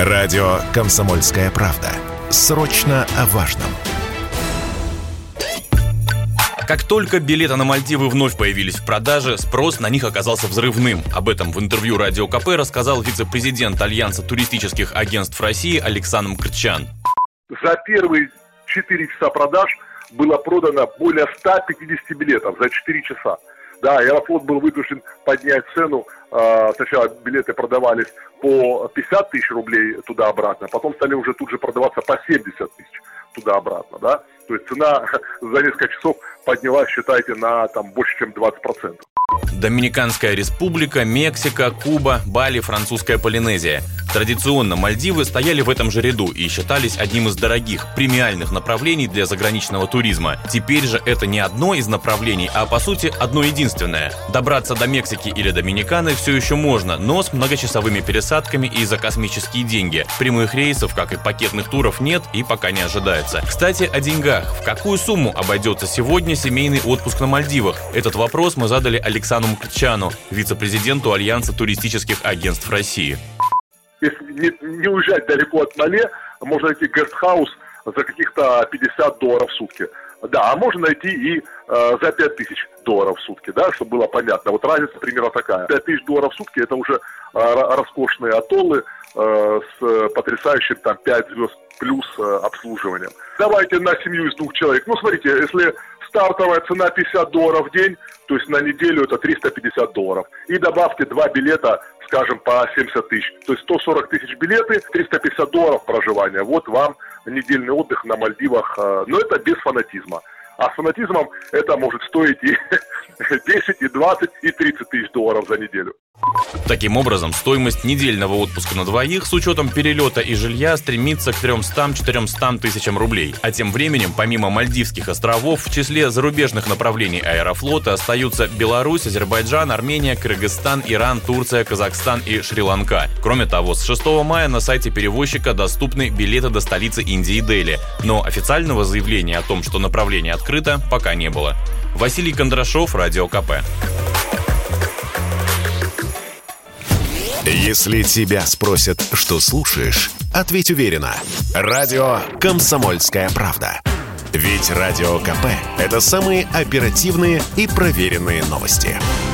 Радио «Комсомольская правда». Срочно о важном. Как только билеты на Мальдивы вновь появились в продаже, спрос на них оказался взрывным. Об этом в интервью Радио КП рассказал вице-президент Альянса туристических агентств России Александр Мкртчян. За первые 4 часа продаж было продано более 150 билетов за 4 часа. Да, Аэрофлот был вынужден поднять цену. Сначала билеты продавались по 50 тысяч рублей туда-обратно, потом стали уже тут же продаваться по 70 тысяч туда-обратно, да. То есть цена за несколько часов поднялась, считайте, на больше, чем 20%. Доминиканская республика, Мексика, Куба, Бали, французская Полинезия. Традиционно Мальдивы стояли в этом же ряду и считались одним из дорогих, премиальных направлений для заграничного туризма. Теперь же это не одно из направлений, а по сути одно единственное. Добраться до Мексики или Доминиканы все еще можно, но с многочасовыми пересадками и за космические деньги. Прямых рейсов, как и пакетных туров, нет и пока не ожидается. Кстати, о деньгах. В какую сумму обойдется сегодня семейный отпуск на Мальдивах? Этот вопрос мы задали Александру Мкртчяну, вице-президенту Альянса туристических агентств России. Если не уезжать далеко от Мале, можно найти гестхаус за каких-то $50 в сутки. Да, а можно найти и за $5000 в сутки, да, чтобы было понятно. Вот разница примерно такая. $5000 в сутки — это уже роскошные атоллы с потрясающим 5 звезд плюс обслуживанием. Давайте на семью из 2 человек. Ну, смотрите, если стартовая цена $50 в день, то есть на неделю это $350. И добавьте 2 билета, скажем, по 70 тысяч. То есть 140 тысяч билеты, $350 проживания. Вот вам недельный отдых на Мальдивах. Но это без фанатизма. А с фанатизмом это может стоить и 10, и 20, и 30 тысяч долларов за неделю. Таким образом, стоимость недельного отпуска на двоих с учетом перелета и жилья стремится к 300-400 тысячам рублей. А тем временем, помимо Мальдивских островов, в числе зарубежных направлений Аэрофлота остаются Беларусь, Азербайджан, Армения, Кыргызстан, Иран, Турция, Казахстан и Шри-Ланка. Кроме того, с 6 мая на сайте перевозчика доступны билеты до столицы Индии Дели. Но официального заявления о том, что направление открыто, пока не было. Василий Кондрашов, Радио КП. Если тебя спросят, что слушаешь, ответь уверенно. Радио «Комсомольская правда». Ведь Радио КП – это самые оперативные и проверенные новости.